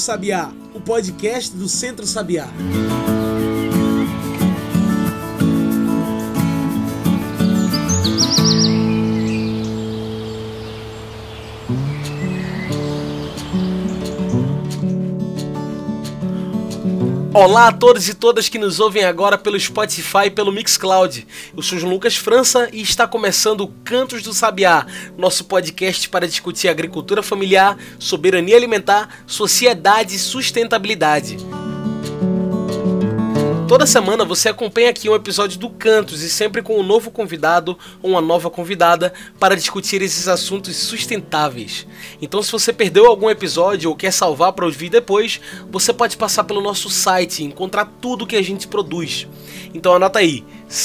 Sabiá, o podcast do Centro Sabiá. Olá a todos e todas que nos ouvem agora pelo Spotify e pelo Mixcloud. Eu sou João Lucas França e está começando o Cantos do Sabiá, nosso podcast para discutir agricultura familiar, soberania alimentar, sociedade e sustentabilidade. Toda semana você acompanha aqui um episódio do Cantos e sempre com um novo convidado ou uma nova convidada para discutir esses assuntos sustentáveis. Então, se você perdeu algum episódio ou quer salvar para ouvir depois, você pode passar pelo nosso site e encontrar tudo que a gente produz. Então anota aí,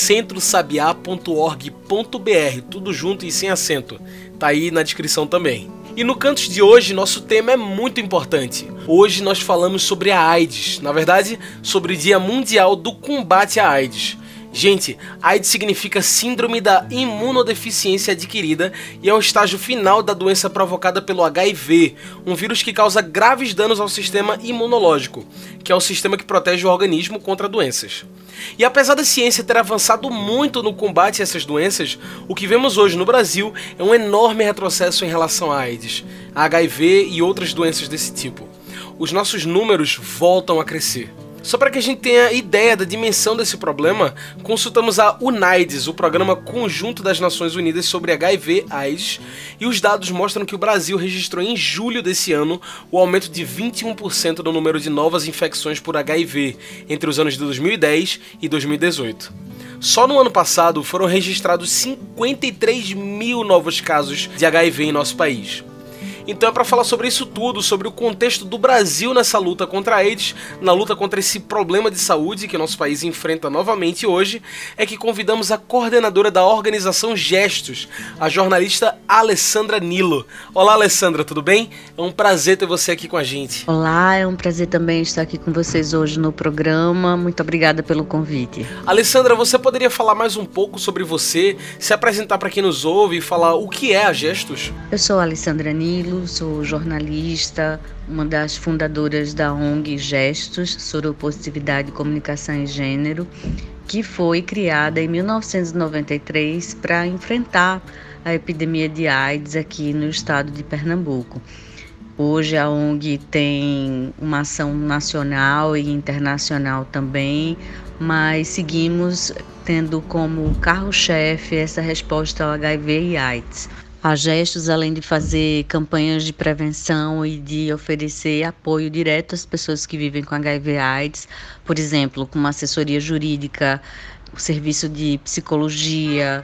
centrosabiá.org.br, tudo junto e sem acento. Tá aí na descrição também. E no Cantos de hoje, nosso tema é muito importante. Hoje nós falamos sobre a AIDS, na verdade, sobre o Dia Mundial do Combate à AIDS. Gente, AIDS significa Síndrome da Imunodeficiência Adquirida e é o estágio final da doença provocada pelo HIV, um vírus que causa graves danos ao sistema imunológico, que é o sistema que protege o organismo contra doenças. E apesar da ciência ter avançado muito no combate a essas doenças, o que vemos hoje no Brasil é um enorme retrocesso em relação à AIDS, a HIV e outras doenças desse tipo. Os nossos números voltam a crescer. Só para que a gente tenha ideia da dimensão desse problema, consultamos a UNAIDS, o Programa Conjunto das Nações Unidas sobre HIV/AIDS, e os dados mostram que o Brasil registrou em julho desse ano o aumento de 21% no número de novas infecções por HIV entre os anos de 2010 e 2018. Só no ano passado foram registrados 53 mil novos casos de HIV em nosso país. Então é para falar sobre isso tudo, sobre o contexto do Brasil nessa luta contra a AIDS, na luta contra esse problema de saúde que nosso país enfrenta novamente hoje, é que convidamos a coordenadora da organização Gestos, a jornalista Alessandra Nilo. Olá, Alessandra, tudo bem? É um prazer ter você aqui com a gente. Olá, é um prazer também estar aqui com vocês hoje no programa. Muito obrigada pelo convite. Alessandra, você poderia falar mais um pouco sobre você, se apresentar para quem nos ouve e falar o que é a Gestos? Eu sou a Alessandra Nilo, sou jornalista, uma das fundadoras da ONG Gestos, Soropositividade, Comunicação e Gênero, que foi criada em 1993 para enfrentar a epidemia de AIDS aqui no estado de Pernambuco. Hoje a ONG tem uma ação nacional e internacional também, mas seguimos tendo como carro-chefe essa resposta ao HIV e AIDS. A Gestos, além de fazer campanhas de prevenção e de oferecer apoio direto às pessoas que vivem com HIV/AIDS, por exemplo, com uma assessoria jurídica, o serviço de psicologia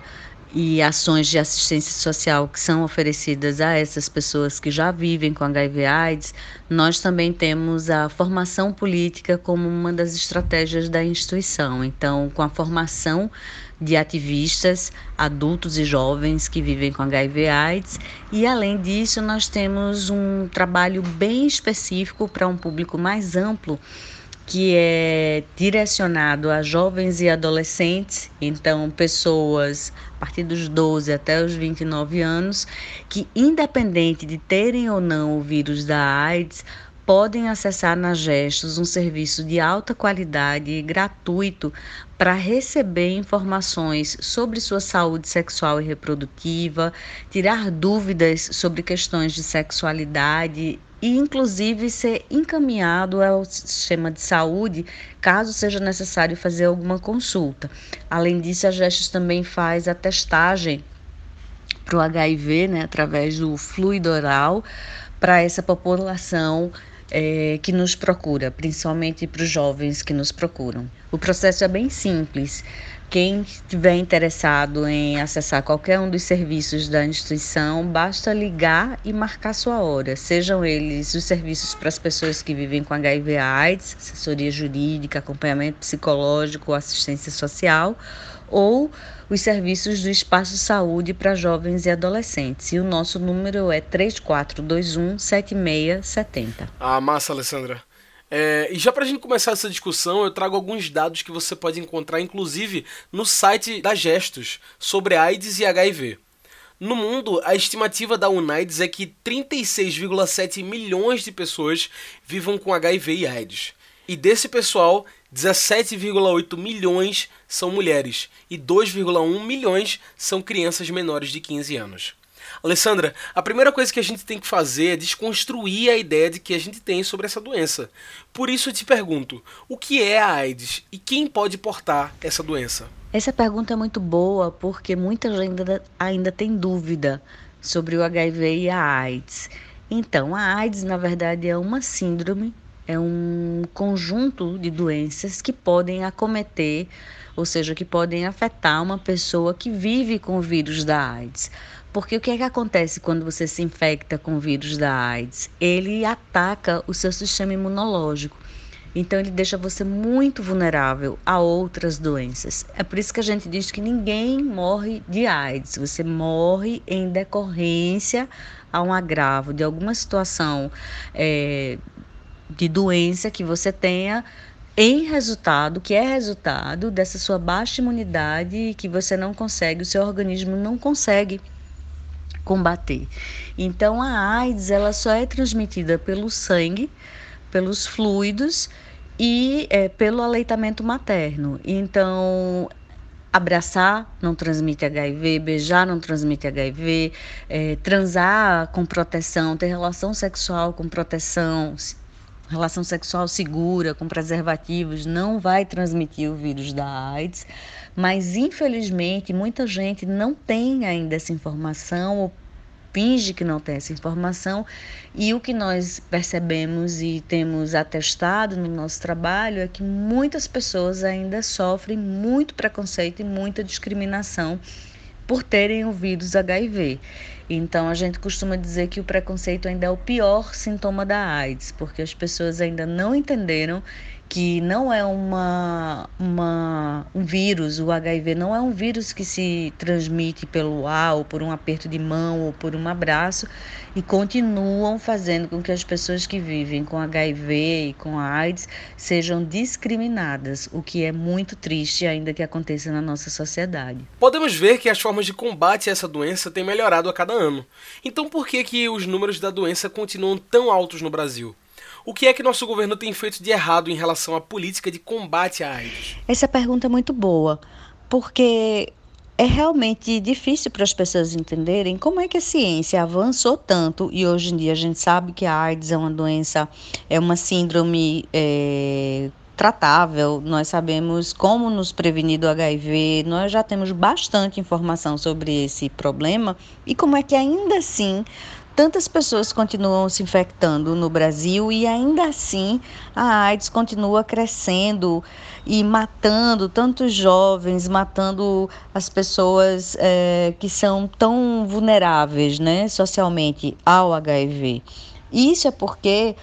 e ações de assistência social que são oferecidas a essas pessoas que já vivem com HIV/AIDS, nós também temos a formação política como uma das estratégias da instituição. Então, com a formação de ativistas, adultos e jovens que vivem com HIV/AIDS, e além disso nós temos um trabalho bem específico para um público mais amplo, que é direcionado a jovens e adolescentes, então pessoas a partir dos 12 até os 29 anos, que independente de terem ou não o vírus da AIDS, podem acessar na Gestos um serviço de alta qualidade e gratuito para receber informações sobre sua saúde sexual e reprodutiva, tirar dúvidas sobre questões de sexualidade e, inclusive, ser encaminhado ao sistema de saúde caso seja necessário fazer alguma consulta. Além disso, a Gestos também faz a testagem para o HIV, através do fluido oral, para essa população que nos procura, principalmente para os jovens que nos procuram. O processo é bem simples. Quem estiver interessado em acessar qualquer um dos serviços da instituição, basta ligar e marcar sua hora, sejam eles os serviços para as pessoas que vivem com HIV/AIDS, assessoria jurídica, acompanhamento psicológico, assistência social, ou os serviços do Espaço Saúde para jovens e adolescentes. E o nosso número é 3421-7670. Massa, Alessandra. E já para a gente começar essa discussão, eu trago alguns dados que você pode encontrar, inclusive, no site da Gestos, sobre AIDS e HIV. No mundo, a estimativa da UNAIDS é que 36,7 milhões de pessoas vivam com HIV e AIDS. E desse pessoal, 17,8 milhões são mulheres e 2,1 milhões são crianças menores de 15 anos. Alessandra, a primeira coisa que a gente tem que fazer é desconstruir a ideia de que a gente tem sobre essa doença. Por isso eu te pergunto, o que é a AIDS e quem pode portar essa doença? Essa pergunta é muito boa porque muita gente ainda tem dúvida sobre o HIV e a AIDS. Então, a AIDS, na verdade, é uma síndrome, é um conjunto de doenças que podem acometer, ou seja, que podem afetar uma pessoa que vive com o vírus da AIDS. Porque o que é que acontece quando você se infecta com o vírus da AIDS? Ele ataca o seu sistema imunológico. Então, ele deixa você muito vulnerável a outras doenças. É por isso que a gente diz que ninguém morre de AIDS. Você morre em decorrência a um agravo de alguma situação de doença que você tenha que é resultado dessa sua baixa imunidade que você não consegue, o seu organismo não consegue combater. Então, a AIDS ela só é transmitida pelo sangue, pelos fluidos e pelo aleitamento materno. Então, abraçar não transmite HIV, beijar não transmite HIV, transar com proteção, ter relação sexual com proteção, relação sexual segura, com preservativos, não vai transmitir o vírus da AIDS. Mas, infelizmente, muita gente não tem ainda essa informação ou finge que não tem essa informação, e o que nós percebemos e temos atestado no nosso trabalho é que muitas pessoas ainda sofrem muito preconceito e muita discriminação por terem o vírus HIV. Então, a gente costuma dizer que o preconceito ainda é o pior sintoma da AIDS, porque as pessoas ainda não entenderam que não é um vírus, o HIV não é um vírus que se transmite pelo ar, ou por um aperto de mão, ou por um abraço, e continuam fazendo com que as pessoas que vivem com HIV e com AIDS sejam discriminadas, o que é muito triste ainda que aconteça na nossa sociedade. Podemos ver que as formas de combate a essa doença têm melhorado a cada ano. Então por que os números da doença continuam tão altos no Brasil? O que é que nosso governo tem feito de errado em relação à política de combate à AIDS? Essa pergunta é muito boa, porque é realmente difícil para as pessoas entenderem como é que a ciência avançou tanto e hoje em dia a gente sabe que a AIDS é uma doença, é uma síndrome tratável, nós sabemos como nos prevenir do HIV, nós já temos bastante informação sobre esse problema e como é que ainda assim tantas pessoas continuam se infectando no Brasil e ainda assim a AIDS continua crescendo e matando tantos jovens, matando as pessoas que são tão vulneráveis, né, socialmente ao HIV. Isso é porque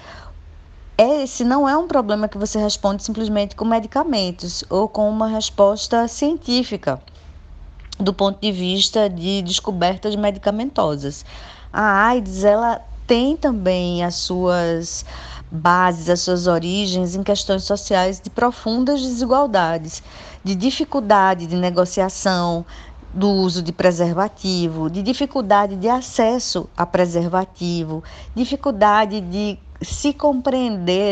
esse não é um problema que você responde simplesmente com medicamentos ou com uma resposta científica do ponto de vista de descobertas medicamentosas. A AIDS, ela tem também as suas bases, as suas origens em questões sociais de profundas desigualdades, de dificuldade de negociação do uso de preservativo, de dificuldade de acesso a preservativo, dificuldade de se compreender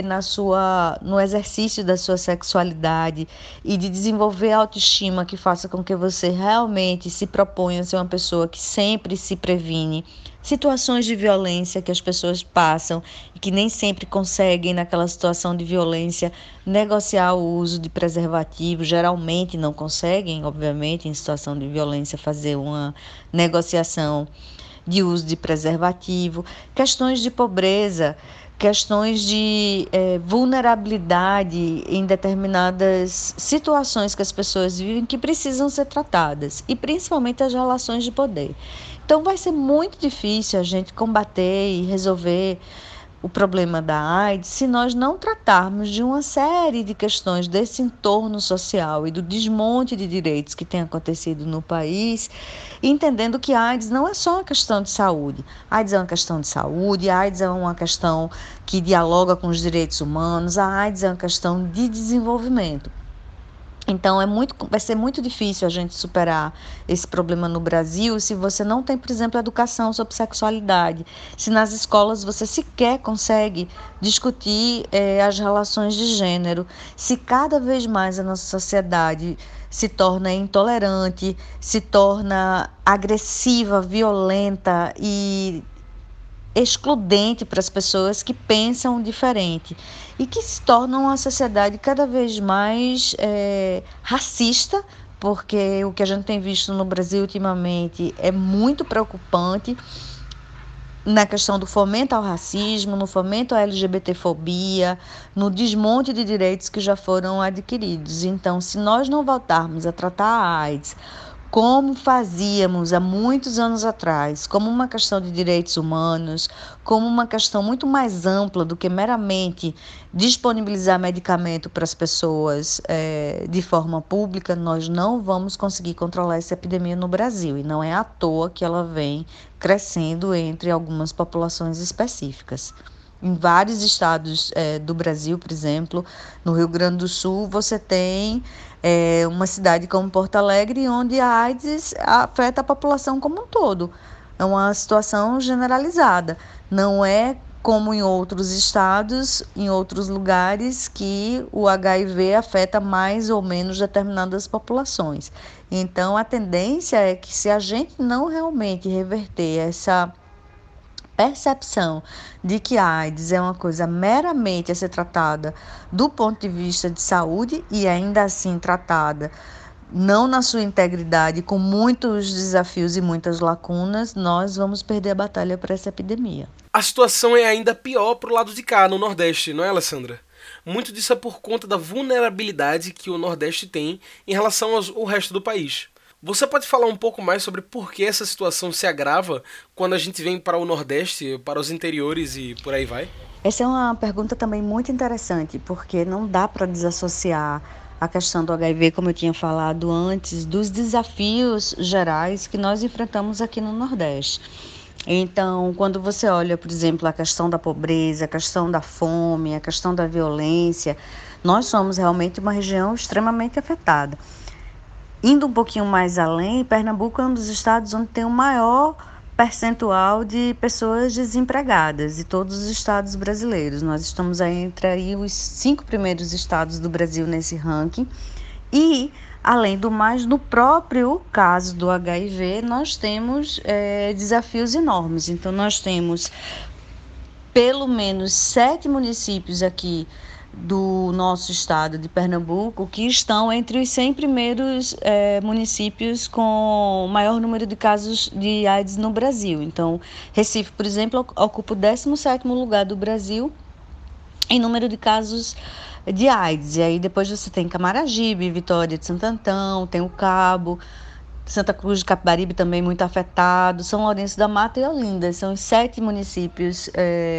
no exercício da sua sexualidade e de desenvolver autoestima que faça com que você realmente se proponha a ser uma pessoa que sempre se previne. Situações de violência que as pessoas passam e que nem sempre conseguem, naquela situação de violência, negociar o uso de preservativo. Geralmente não conseguem, obviamente, em situação de violência, fazer uma negociação de uso de preservativo. Questões de pobreza, questões de vulnerabilidade em determinadas situações que as pessoas vivem que precisam ser tratadas, e principalmente as relações de poder. Então vai ser muito difícil a gente combater e resolver o problema da AIDS se nós não tratarmos de uma série de questões desse entorno social e do desmonte de direitos que tem acontecido no país, entendendo que a AIDS não é só uma questão de saúde. A AIDS é uma questão de saúde, a AIDS é uma questão que dialoga com os direitos humanos, a AIDS é uma questão de desenvolvimento. Então, vai ser muito difícil a gente superar esse problema no Brasil se você não tem, por exemplo, educação sobre sexualidade. Se nas escolas você sequer consegue discutir as relações de gênero. Se cada vez mais a nossa sociedade se torna intolerante, se torna agressiva, violenta e excludente para as pessoas que pensam diferente e que se torna uma sociedade cada vez mais racista, porque o que a gente tem visto no Brasil ultimamente é muito preocupante na questão do fomento ao racismo, no fomento à LGBTfobia, no desmonte de direitos que já foram adquiridos. Então, se nós não voltarmos a tratar a AIDS como fazíamos há muitos anos atrás, como uma questão de direitos humanos, como uma questão muito mais ampla do que meramente disponibilizar medicamento para as pessoas de forma pública, nós não vamos conseguir controlar essa epidemia no Brasil. E não é à toa que ela vem crescendo entre algumas populações específicas. Em vários estados do Brasil, por exemplo, no Rio Grande do Sul, você tem uma cidade como Porto Alegre, onde a AIDS afeta a população como um todo. É uma situação generalizada. Não é como em outros estados, em outros lugares, que o HIV afeta mais ou menos determinadas populações. Então, a tendência é que, se a gente não realmente reverter essa percepção de que a AIDS é uma coisa meramente a ser tratada do ponto de vista de saúde e ainda assim tratada não na sua integridade, com muitos desafios e muitas lacunas, nós vamos perder a batalha para essa epidemia. A situação é ainda pior pro lado de cá, no Nordeste, não é, Alessandra? Muito disso é por conta da vulnerabilidade que o Nordeste tem em relação ao resto do país. Você pode falar um pouco mais sobre por que essa situação se agrava quando a gente vem para o Nordeste, para os interiores e por aí vai? Essa é uma pergunta também muito interessante, porque não dá para desassociar a questão do HIV, como eu tinha falado antes, dos desafios gerais que nós enfrentamos aqui no Nordeste. Então, quando você olha, por exemplo, a questão da pobreza, a questão da fome, a questão da violência, nós somos realmente uma região extremamente afetada. Indo um pouquinho mais além, Pernambuco é um dos estados onde tem o maior percentual de pessoas desempregadas de todos os estados brasileiros. Nós estamos entre os 5 primeiros estados do Brasil nesse ranking. E, além do mais, no próprio caso do HIV, nós temos desafios enormes. Então, nós temos pelo menos 7 municípios aqui do nosso estado de Pernambuco, que estão entre os 100 primeiros municípios com maior número de casos de AIDS no Brasil. Então, Recife, por exemplo, ocupa o 17º lugar do Brasil em número de casos de AIDS. E aí depois você tem Camaragibe, Vitória de Santo Antão, tem o Cabo, Santa Cruz de Capibaribe também muito afetado, São Lourenço da Mata e Olinda. São os 7 municípios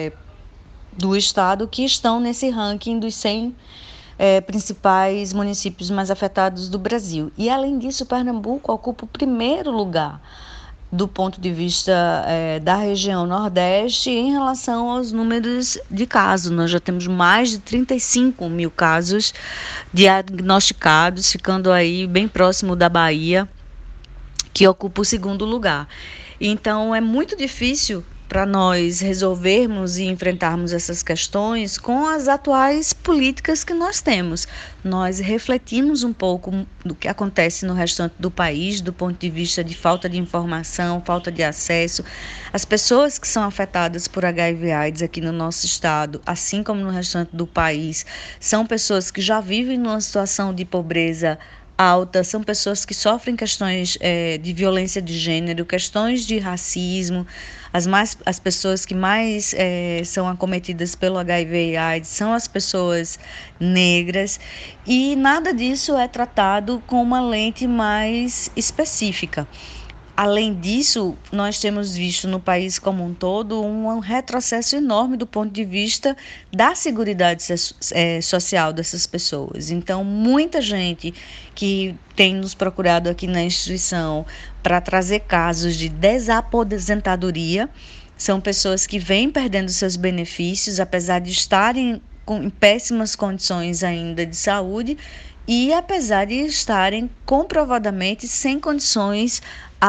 do estado que estão nesse ranking dos 100 principais municípios mais afetados do Brasil. E, além disso, Pernambuco ocupa o primeiro lugar do ponto de vista da região Nordeste em relação aos números de casos. Nós já temos mais de 35 mil casos diagnosticados, ficando aí bem próximo da Bahia, que ocupa o segundo lugar. Então, é muito difícil para nós resolvermos e enfrentarmos essas questões com as atuais políticas que nós temos. Nós refletimos um pouco do que acontece no restante do país, do ponto de vista de falta de informação, falta de acesso. As pessoas que são afetadas por HIV/AIDS aqui no nosso estado, assim como no restante do país, são pessoas que já vivem numa situação de pobreza alta, são pessoas que sofrem questões de violência de gênero, questões de racismo. As pessoas que mais são acometidas pelo HIV e AIDS são as pessoas negras, e nada disso é tratado com uma lente mais específica. Além disso, nós temos visto no país como um todo um retrocesso enorme do ponto de vista da seguridade social dessas pessoas. Então, muita gente que tem nos procurado aqui na instituição para trazer casos de desaposentadoria, são pessoas que vêm perdendo seus benefícios, apesar de estarem em péssimas condições ainda de saúde, e apesar de estarem comprovadamente sem condições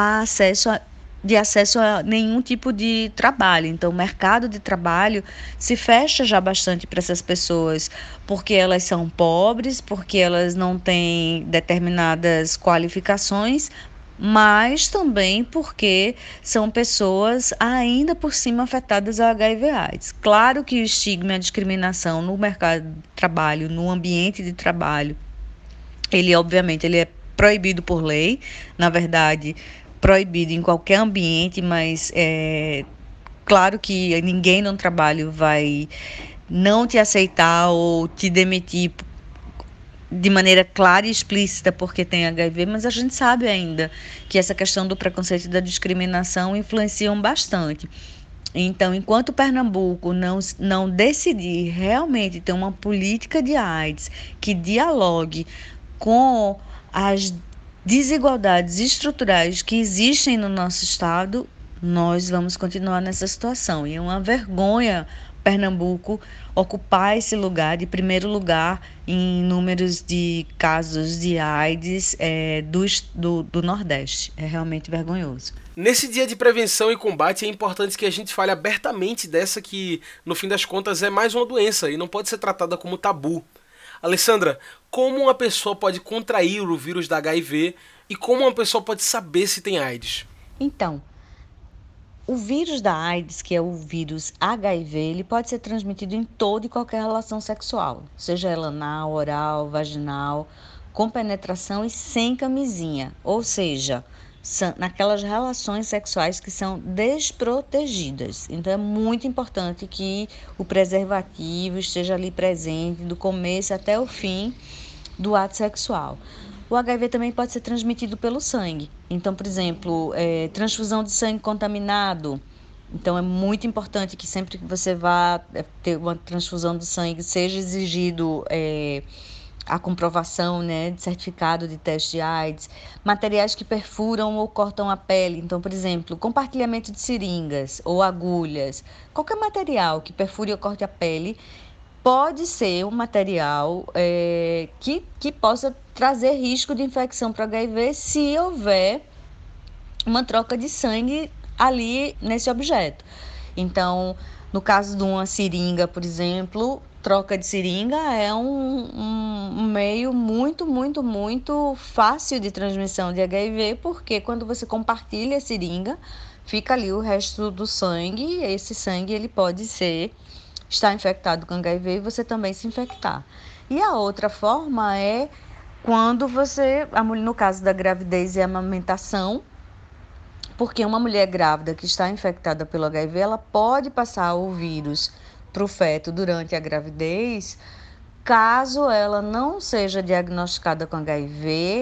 de acesso a nenhum tipo de trabalho. Então, o mercado de trabalho se fecha já bastante para essas pessoas, porque elas são pobres, porque elas não têm determinadas qualificações, mas também porque são pessoas ainda por cima afetadas ao HIV/AIDS. Claro que o estigma e a discriminação no mercado de trabalho, no ambiente de trabalho, obviamente ele é proibido por lei, na verdade, proibido em qualquer ambiente, mas claro que ninguém no trabalho vai não te aceitar ou te demitir de maneira clara e explícita porque tem HIV, mas a gente sabe ainda que essa questão do preconceito e da discriminação influenciam bastante. Então, enquanto Pernambuco não decidir realmente ter uma política de AIDS que dialogue com as desigualdades estruturais que existem no nosso estado, nós vamos continuar nessa situação. E é uma vergonha Pernambuco ocupar esse lugar de primeiro lugar em números de casos de AIDS do Nordeste. É realmente vergonhoso. Nesse dia de prevenção e combate é importante que a gente fale abertamente dessa que, no fim das contas, é mais uma doença e não pode ser tratada como tabu. Alessandra, como uma pessoa pode contrair o vírus da HIV e como uma pessoa pode saber se tem AIDS? Então, o vírus da AIDS, que é o vírus HIV, ele pode ser transmitido em toda e qualquer relação sexual, seja ela anal, oral, vaginal, com penetração e sem camisinha, ou seja, naquelas relações sexuais que são desprotegidas. Então é muito importante que o preservativo esteja ali presente do começo até o fim do ato sexual. O HIV também pode ser transmitido pelo sangue. Então, por exemplo, transfusão de sangue contaminado. Então, é muito importante que sempre que você vá ter uma transfusão de sangue, seja exigido a comprovação, né, de certificado de teste de AIDS. Materiais que perfuram ou cortam a pele. Então, por exemplo, compartilhamento de seringas ou agulhas. Qualquer material que perfure ou corte a pele pode ser um material que possa trazer risco de infecção para HIV se houver uma troca de sangue ali nesse objeto. Então, no caso de uma seringa, por exemplo, troca de seringa é um meio muito, muito, muito fácil de transmissão de HIV, porque quando você compartilha a seringa, fica ali o resto do sangue, e esse sangue ele pode estar infectado com HIV e você também se infectar. E a outra forma é quando no caso da gravidez e amamentação, porque uma mulher grávida que está infectada pelo HIV, ela pode passar o vírus para o feto durante a gravidez, caso ela não seja diagnosticada com HIV,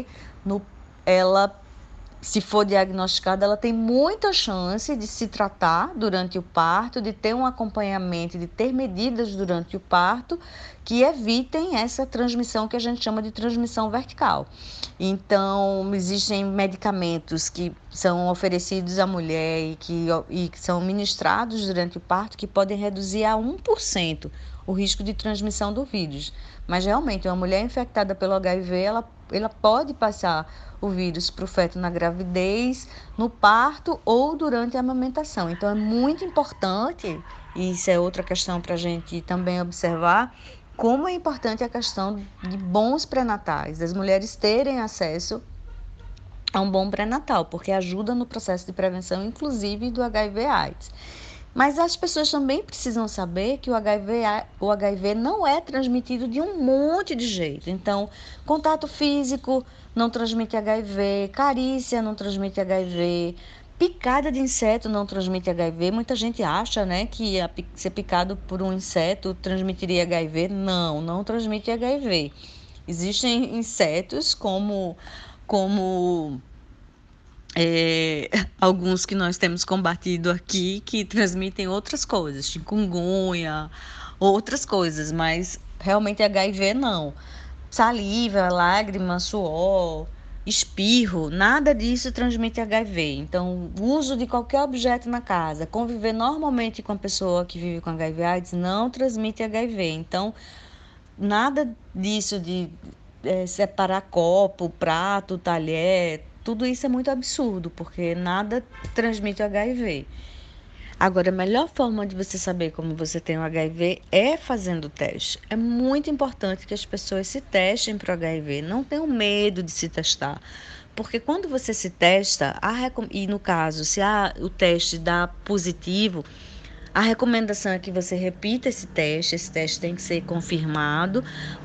se for diagnosticada, ela tem muita chance de se tratar durante o parto, de ter um acompanhamento, de ter medidas durante o parto que evitem essa transmissão que a gente chama de transmissão vertical. Então, existem medicamentos que são oferecidos à mulher e que são ministrados durante o parto que podem reduzir a 1% o risco de transmissão do vírus. Mas, realmente, uma mulher infectada pelo HIV, ela pode passar o vírus para o feto na gravidez, no parto ou durante a amamentação. Então, é muito importante, e isso é outra questão para a gente também observar, como é importante a questão de bons pré-natais, das mulheres terem acesso a um bom pré-natal, porque ajuda no processo de prevenção, inclusive do HIV/AIDS. Mas as pessoas também precisam saber que o HIV não é transmitido de um monte de jeito. Então, contato físico não transmite HIV, carícia não transmite HIV, picada de inseto não transmite HIV. Muita gente acha, né, que ser picado por um inseto transmitiria HIV. Não transmite HIV. Existem insetos como alguns que nós temos combatido aqui que transmitem outras coisas, chikungunya, outras coisas, mas realmente HIV não. Saliva, lágrima, suor, espirro, nada disso transmite HIV. Então, o uso de qualquer objeto na casa, conviver normalmente com a pessoa que vive com HIV/AIDS não transmite HIV. Então, nada disso de separar copo, prato, talher, tudo isso é muito absurdo, porque nada transmite o HIV. Agora, a melhor forma de você saber como você tem o HIV é fazendo o teste. É muito importante que as pessoas se testem para o HIV, não tenham medo de se testar. Porque quando você se testa, e no caso, se o teste dá positivo, a recomendação é que você repita esse teste tem que ser confirmado,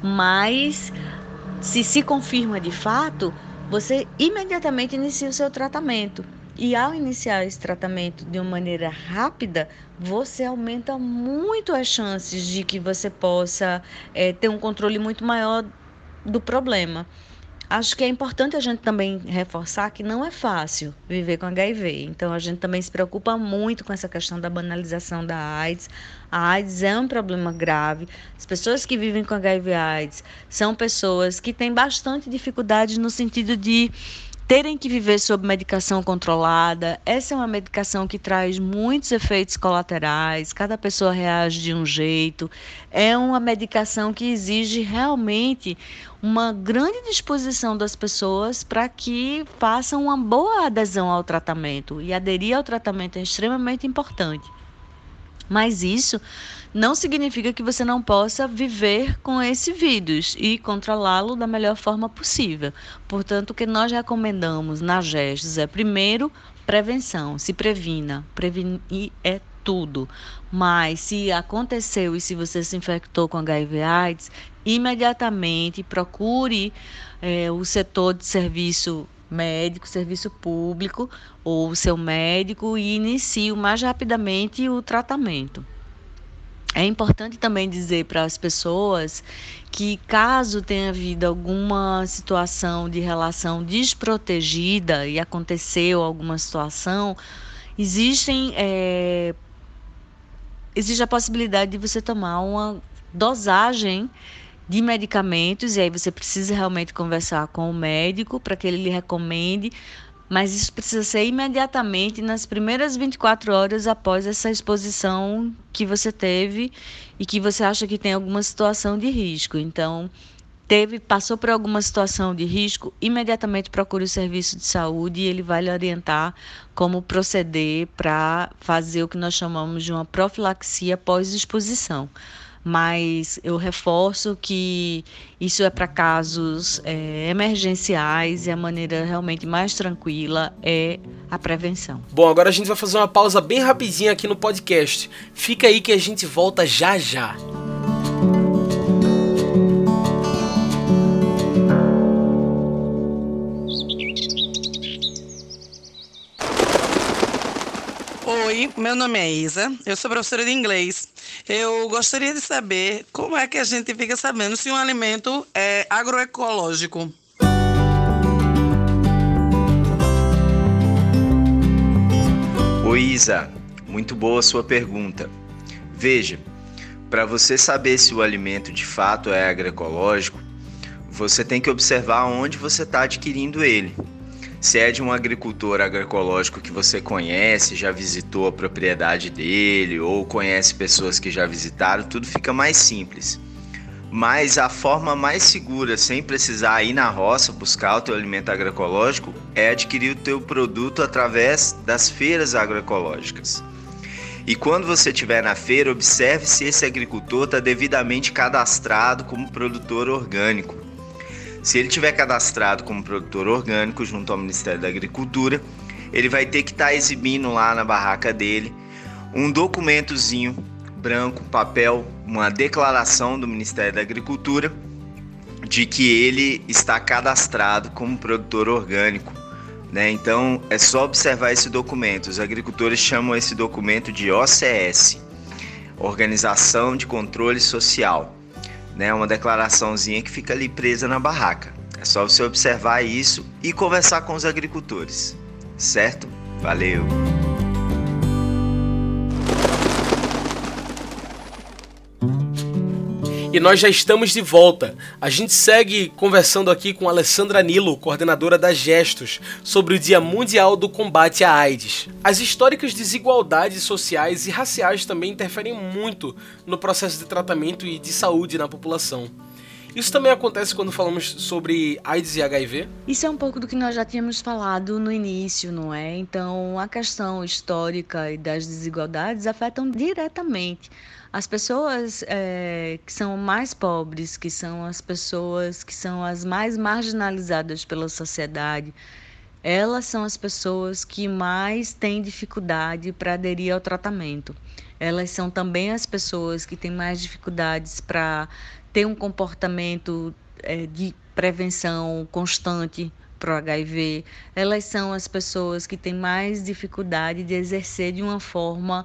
mas se confirma de fato, você imediatamente inicia o seu tratamento. E ao iniciar esse tratamento de uma maneira rápida, você aumenta muito as chances de que você possa ter um controle muito maior do problema. Acho que é importante a gente também reforçar que não é fácil viver com HIV. Então, a gente também se preocupa muito com essa questão da banalização da AIDS. A AIDS é um problema grave. As pessoas que vivem com HIV/AIDS são pessoas que têm bastante dificuldade no sentido de terem que viver sob medicação controlada. Essa é uma medicação que traz muitos efeitos colaterais, cada pessoa reage de um jeito. É uma medicação que exige realmente uma grande disposição das pessoas para que façam uma boa adesão ao tratamento. E aderir ao tratamento é extremamente importante. Mas isso não significa que você não possa viver com esse vírus e controlá-lo da melhor forma possível. Portanto, o que nós recomendamos na Gestos é, primeiro, prevenção. Se previna. Prevenir é tudo. Mas se aconteceu e se você se infectou com HIV/AIDS, imediatamente procure o setor de serviço médico, serviço público ou o seu médico e inicie o mais rapidamente o tratamento. É importante também dizer para as pessoas que, caso tenha havido alguma situação de relação desprotegida e aconteceu alguma situação, existe a possibilidade de você tomar uma dosagem de medicamentos, e aí você precisa realmente conversar com o médico para que ele lhe recomende, mas isso precisa ser imediatamente nas primeiras 24 horas após essa exposição que você teve e que você acha que tem alguma situação de risco. Então, passou por alguma situação de risco, imediatamente procure o serviço de saúde e ele vai lhe orientar como proceder para fazer o que nós chamamos de uma profilaxia pós-exposição. Mas eu reforço que isso é para casos emergenciais e a maneira realmente mais tranquila é a prevenção. Bom, agora a gente vai fazer uma pausa bem rapidinha aqui no podcast. Fica aí que a gente volta já já. Oi, meu nome é Isa, eu sou professora de inglês. Eu gostaria de saber como é que a gente fica sabendo se um alimento é agroecológico. Oi, Isa, muito boa a sua pergunta. Veja, para você saber se o alimento de fato é agroecológico, você tem que observar onde você está adquirindo ele. Se é de um agricultor agroecológico que você conhece, já visitou a propriedade dele ou conhece pessoas que já visitaram, tudo fica mais simples. Mas a forma mais segura, sem precisar ir na roça buscar o teu alimento agroecológico, é adquirir o teu produto através das feiras agroecológicas. E quando você estiver na feira, observe se esse agricultor está devidamente cadastrado como produtor orgânico. Se ele tiver cadastrado como produtor orgânico junto ao Ministério da Agricultura, ele vai ter que estar exibindo lá na barraca dele um documentozinho branco, papel, uma declaração do Ministério da Agricultura de que ele está cadastrado como produtor orgânico, né? Então é só observar esse documento. Os agricultores chamam esse documento de OCS, Organização de Controle Social. Uma declaraçãozinha que fica ali presa na barraca. É só você observar isso e conversar com os agricultores, certo? Valeu! E nós já estamos de volta. A gente segue conversando aqui com Alessandra Nilo, coordenadora da Gestos, sobre o Dia Mundial do Combate à AIDS. As históricas desigualdades sociais e raciais também interferem muito no processo de tratamento e de saúde na população. Isso também acontece quando falamos sobre AIDS e HIV? Isso é um pouco do que nós já tínhamos falado no início, não é? Então, a questão histórica e das desigualdades afetam diretamente as pessoas que são mais pobres, que são as pessoas que são as mais marginalizadas pela sociedade. Elas são as pessoas que mais têm dificuldade para aderir ao tratamento. Elas são também as pessoas que têm mais dificuldades para ter um comportamento de prevenção constante para o HIV. Elas são as pessoas que têm mais dificuldade de exercer de uma forma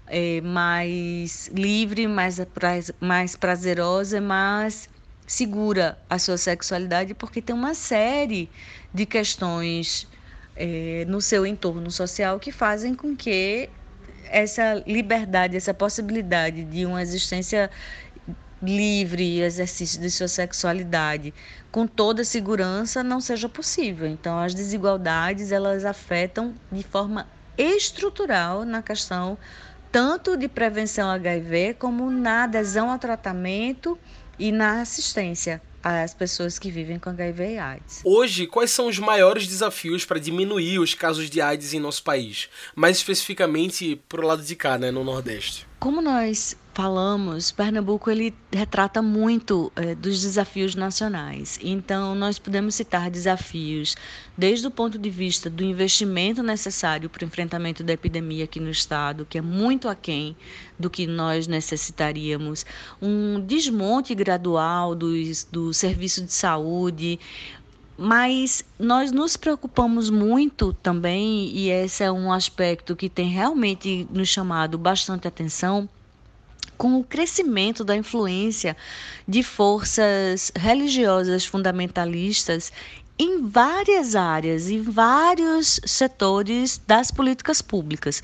mais livre, mais prazerosa, mais segura a sua sexualidade, porque tem uma série de questões no seu entorno social que fazem com que essa liberdade, essa possibilidade de uma existência livre e exercício de sua sexualidade com toda segurança não seja possível. Então, as desigualdades, elas afetam de forma estrutural na questão tanto de prevenção HIV como na adesão ao tratamento e na assistência às pessoas que vivem com HIV e AIDS. Hoje, quais são os maiores desafios para diminuir os casos de AIDS em nosso país? Mais especificamente pro lado de cá, né, no Nordeste. Como nós falamos, Pernambuco ele retrata muito dos desafios nacionais. Então, nós podemos citar desafios desde o ponto de vista do investimento necessário para o enfrentamento da epidemia aqui no estado, que é muito aquém do que nós necessitaríamos, um desmonte gradual do serviço de saúde. Mas nós nos preocupamos muito também, e esse é um aspecto que tem realmente nos chamado bastante atenção, com o crescimento da influência de forças religiosas fundamentalistas em várias áreas, em vários setores das políticas públicas.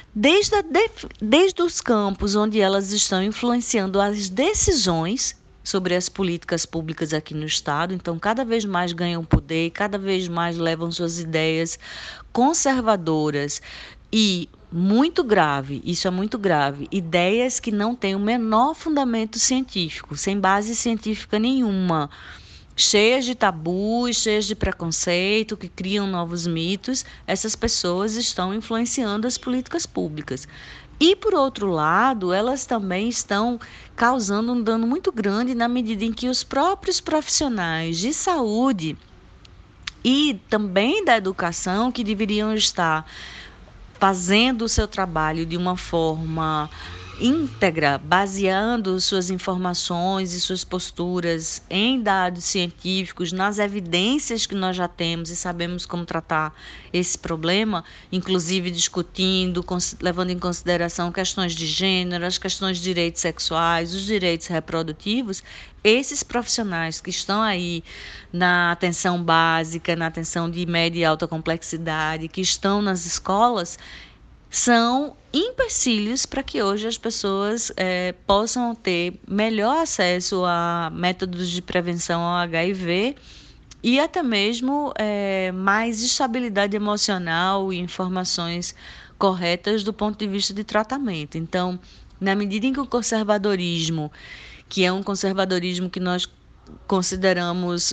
Desde os campos onde elas estão influenciando as decisões sobre as políticas públicas aqui no estado, então cada vez mais ganham poder e cada vez mais levam suas ideias conservadoras e muito grave, isso é muito grave, ideias que não têm o menor fundamento científico, sem base científica nenhuma, cheias de tabus, cheias de preconceito, que criam novos mitos, essas pessoas estão influenciando as políticas públicas. E, por outro lado, elas também estão causando um dano muito grande na medida em que os próprios profissionais de saúde e também da educação, que deveriam estar fazendo o seu trabalho de uma forma íntegra, baseando suas informações e suas posturas em dados científicos, nas evidências que nós já temos e sabemos como tratar esse problema, inclusive discutindo, levando em consideração questões de gênero, as questões de direitos sexuais, os direitos reprodutivos. Esses profissionais que estão aí na atenção básica, na atenção de média e alta complexidade, que estão nas escolas, são empecilhos para que hoje as pessoas possam ter melhor acesso a métodos de prevenção ao HIV e até mesmo mais estabilidade emocional e informações corretas do ponto de vista de tratamento. Então, na medida em que o conservadorismo, que é um conservadorismo que nós consideramos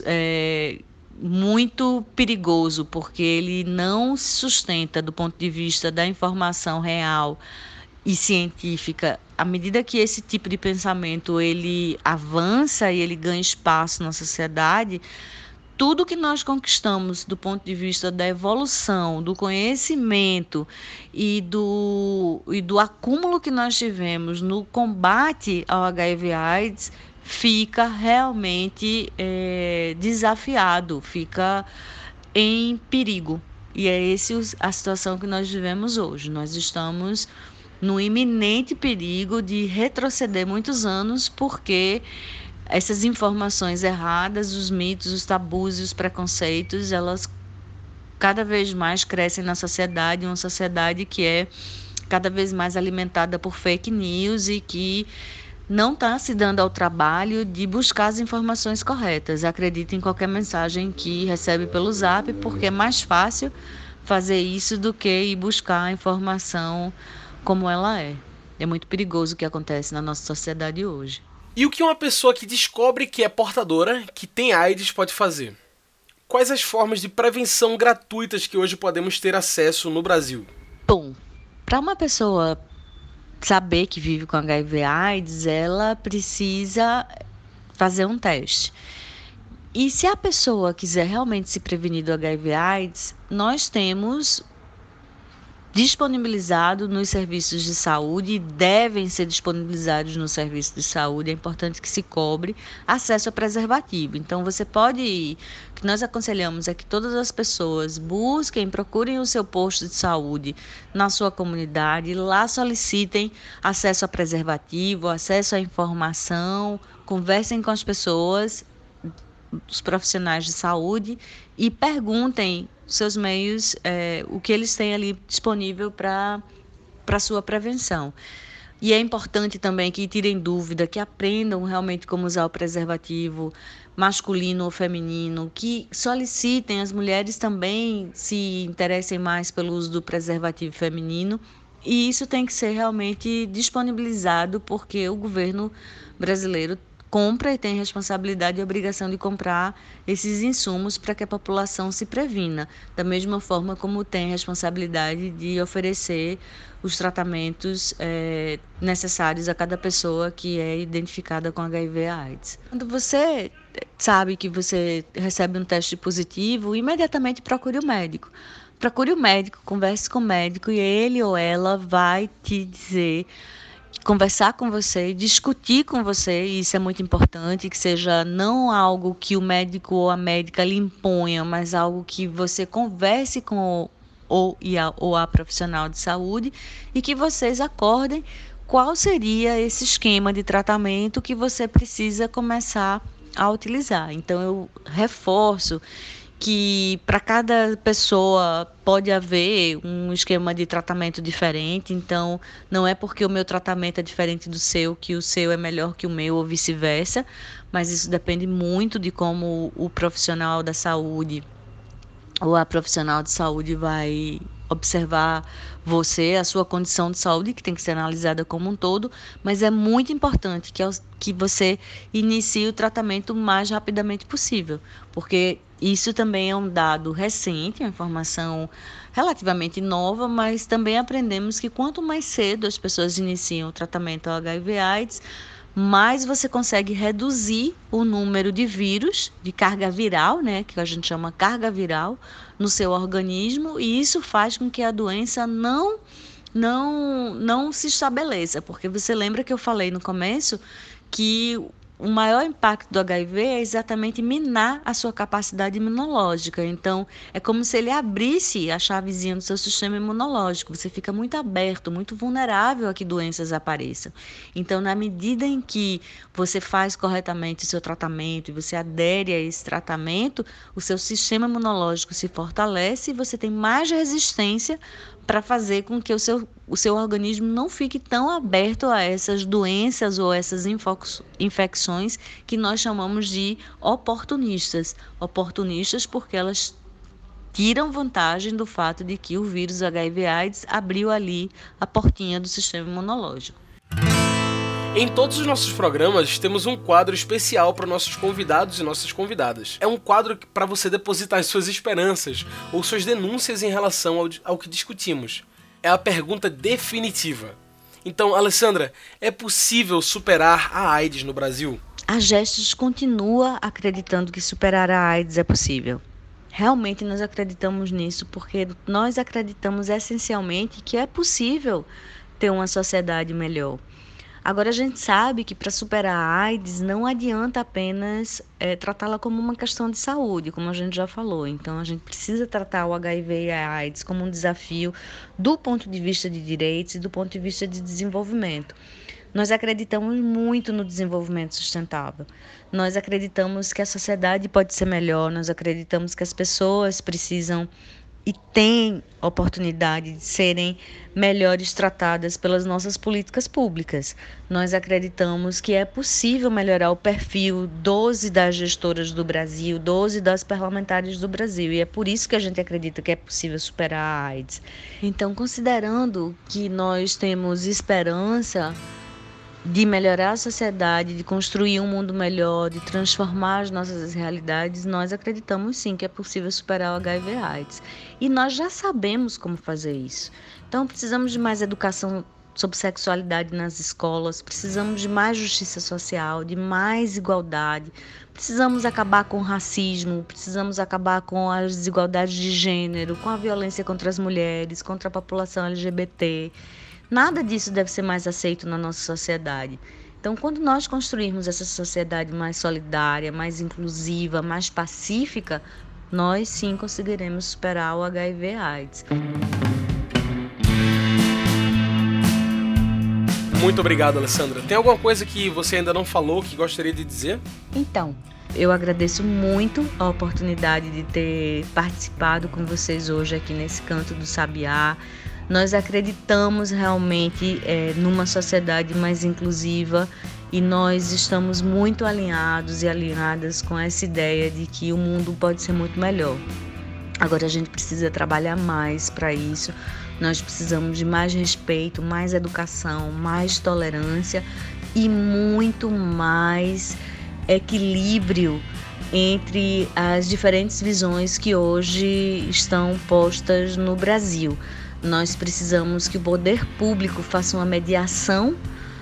muito perigoso, porque ele não se sustenta do ponto de vista da informação real e científica. À medida que esse tipo de pensamento ele avança e ele ganha espaço na sociedade, tudo que nós conquistamos do ponto de vista da evolução, do conhecimento e do acúmulo que nós tivemos no combate ao HIV/AIDS fica realmente desafiado, fica em perigo. E é essa a situação que nós vivemos hoje. Nós estamos no iminente perigo de retroceder muitos anos, porque essas informações erradas, os mitos, os tabus e os preconceitos, elas cada vez mais crescem na sociedade, uma sociedade que é cada vez mais alimentada por fake news e que não está se dando ao trabalho de buscar as informações corretas. Acredita em qualquer mensagem que recebe pelo Zap, porque é mais fácil fazer isso do que ir buscar a informação como ela é. É muito perigoso o que acontece na nossa sociedade hoje. E o que uma pessoa que descobre que é portadora, que tem AIDS, pode fazer? Quais as formas de prevenção gratuitas que hoje podemos ter acesso no Brasil? Bom, para uma pessoa saber que vive com HIV/AIDS, ela precisa fazer um teste. E se a pessoa quiser realmente se prevenir do HIV/AIDS, nós temos disponibilizado nos serviços de saúde, devem ser disponibilizados no serviço de saúde, é importante que se cobre acesso a preservativo. Então, o que nós aconselhamos é que todas as pessoas procurem o seu posto de saúde na sua comunidade, lá solicitem acesso a preservativo, acesso à informação, conversem com as pessoas, os profissionais de saúde, e perguntem seus meios, o que eles têm ali disponível para sua prevenção. E é importante também que tirem dúvida, que aprendam realmente como usar o preservativo masculino ou feminino, que solicitem, as mulheres também se interessem mais pelo uso do preservativo feminino, e isso tem que ser realmente disponibilizado, porque o governo brasileiro compra e tem responsabilidade e obrigação de comprar esses insumos para que a população se previna, da mesma forma como tem responsabilidade de oferecer os tratamentos necessários a cada pessoa que é identificada com HIV/AIDS. Quando você sabe que você recebe um teste positivo, imediatamente procure o médico. Procure o médico, converse com o médico e ele ou ela vai te dizer, conversar com você, discutir com você, e isso é muito importante, que seja não algo que o médico ou a médica lhe imponha, mas algo que você converse com a profissional de saúde e que vocês acordem qual seria esse esquema de tratamento que você precisa começar a utilizar. Então, eu reforço que para cada pessoa pode haver um esquema de tratamento diferente, então não é porque o meu tratamento é diferente do seu que o seu é melhor que o meu ou vice-versa, mas isso depende muito de como o profissional da saúde ou a profissional de saúde vai observar você, a sua condição de saúde, que tem que ser analisada como um todo, mas é muito importante que você inicie o tratamento o mais rapidamente possível, porque isso também é um dado recente, uma informação relativamente nova, mas também aprendemos que quanto mais cedo as pessoas iniciam o tratamento ao HIV/AIDS, mais você consegue reduzir o número de vírus, de carga viral, né, que a gente chama carga viral, no seu organismo, e isso faz com que a doença não se estabeleça, porque você lembra que eu falei no começo que o maior impacto do HIV é exatamente minar a sua capacidade imunológica. Então, é como se ele abrisse a chavezinha do seu sistema imunológico. Você fica muito aberto, muito vulnerável a que doenças apareçam. Então, na medida em que você faz corretamente o seu tratamento e você adere a esse tratamento, o seu sistema imunológico se fortalece e você tem mais resistência para fazer com que o seu organismo não fique tão aberto a essas doenças ou essas infecções que nós chamamos de oportunistas. Oportunistas porque elas tiram vantagem do fato de que o vírus HIV/AIDS abriu ali a portinha do sistema imunológico. Em todos os nossos programas, temos um quadro especial para nossos convidados e nossas convidadas. É um quadro para você depositar as suas esperanças ou suas denúncias em relação ao que discutimos. É a pergunta definitiva. Então, Alessandra, é possível superar a AIDS no Brasil? A Gestos continua acreditando que superar a AIDS é possível. Realmente nós acreditamos nisso porque nós acreditamos essencialmente que é possível ter uma sociedade melhor. Agora, a gente sabe que para superar a AIDS não adianta apenas tratá-la como uma questão de saúde, como a gente já falou. Então, a gente precisa tratar o HIV e a AIDS como um desafio do ponto de vista de direitos e do ponto de vista de desenvolvimento. Nós acreditamos muito no desenvolvimento sustentável. Nós acreditamos que a sociedade pode ser melhor, nós acreditamos que as pessoas precisam e têm oportunidade de serem melhores tratadas pelas nossas políticas públicas. Nós acreditamos que é possível melhorar o perfil 12 das gestoras do Brasil, 12 das parlamentares do Brasil, e é por isso que a gente acredita que é possível superar a AIDS. Então, considerando que nós temos esperança, de melhorar a sociedade, de construir um mundo melhor, de transformar as nossas realidades, nós acreditamos sim que é possível superar o HIV/AIDS. E nós já sabemos como fazer isso. Então precisamos de mais educação sobre sexualidade nas escolas, precisamos de mais justiça social, de mais igualdade, precisamos acabar com o racismo, precisamos acabar com as desigualdades de gênero, com a violência contra as mulheres, contra a população LGBT. Nada disso deve ser mais aceito na nossa sociedade. Então, quando nós construirmos essa sociedade mais solidária, mais inclusiva, mais pacífica, nós sim conseguiremos superar o HIV/AIDS. Muito obrigado, Alessandra. Tem alguma coisa que você ainda não falou que gostaria de dizer? Então, eu agradeço muito a oportunidade de ter participado com vocês hoje aqui nesse Canto do Sabiá. Nós acreditamos realmente numa sociedade mais inclusiva e nós estamos muito alinhados e alinhadas com essa ideia de que o mundo pode ser muito melhor. Agora a gente precisa trabalhar mais para isso. Nós precisamos de mais respeito, mais educação, mais tolerância e muito mais equilíbrio entre as diferentes visões que hoje estão postas no Brasil. Nós precisamos que o poder público faça uma mediação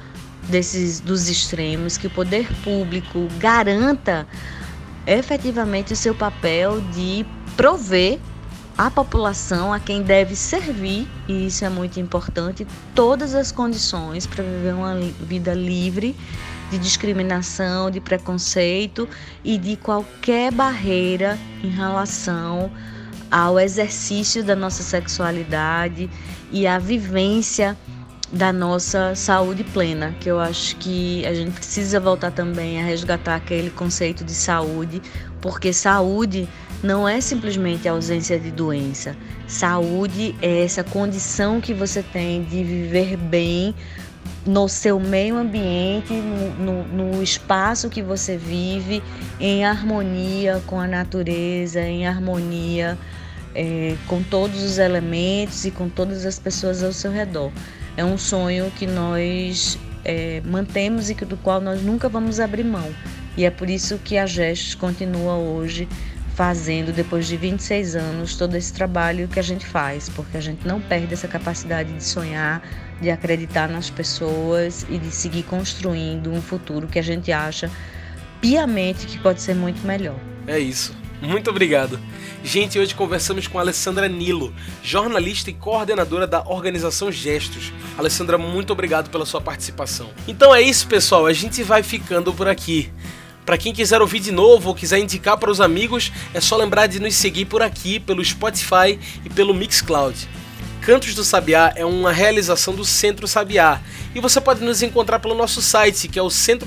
dos extremos, que o poder público garanta efetivamente o seu papel de prover à população, a quem deve servir, e isso é muito importante, todas as condições para viver uma vida livre de discriminação, de preconceito e de qualquer barreira em relação ao exercício da nossa sexualidade e à vivência da nossa saúde plena, que eu acho que a gente precisa voltar também a resgatar aquele conceito de saúde, porque saúde não é simplesmente a ausência de doença. Saúde é essa condição que você tem de viver bem no seu meio ambiente, no espaço que você vive, em harmonia com a natureza, em harmonia com todos os elementos e com todas as pessoas ao seu redor. É um sonho que nós mantemos e do qual nós nunca vamos abrir mão. E é por isso que a Gestos continua hoje fazendo, depois de 26 anos, todo esse trabalho que a gente faz, porque a gente não perde essa capacidade de sonhar, de acreditar nas pessoas e de seguir construindo um futuro que a gente acha piamente que pode ser muito melhor. É isso. Muito obrigado. Gente, hoje conversamos com a Alessandra Nilo, jornalista e coordenadora da organização Gestos. Alessandra, muito obrigado pela sua participação. Então é isso, pessoal. A gente vai ficando por aqui. Para quem quiser ouvir de novo ou quiser indicar para os amigos, é só lembrar de nos seguir por aqui, pelo Spotify e pelo Mixcloud. Cantos do Sabiá é uma realização do Centro Sabiá e você pode nos encontrar pelo nosso site, que é o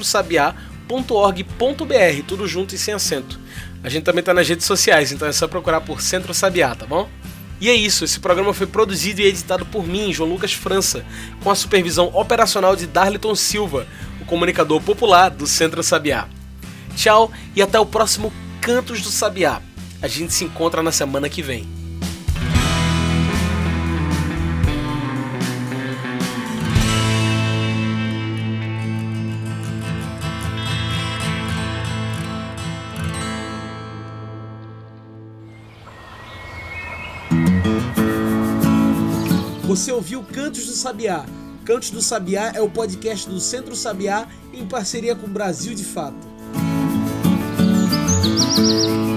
centrosabiá.org.br, tudo junto e sem acento. A gente também está nas redes sociais, então é só procurar por Centro Sabiá, tá bom? E é isso, esse programa foi produzido e editado por mim, João Lucas França, com a supervisão operacional de Darliton Silva, o comunicador popular do Centro Sabiá. Tchau e até o próximo Cantos do Sabiá. A gente se encontra na semana que vem. Você ouviu Cantos do Sabiá. Cantos do Sabiá é o podcast do Centro Sabiá em parceria com o Brasil de Fato.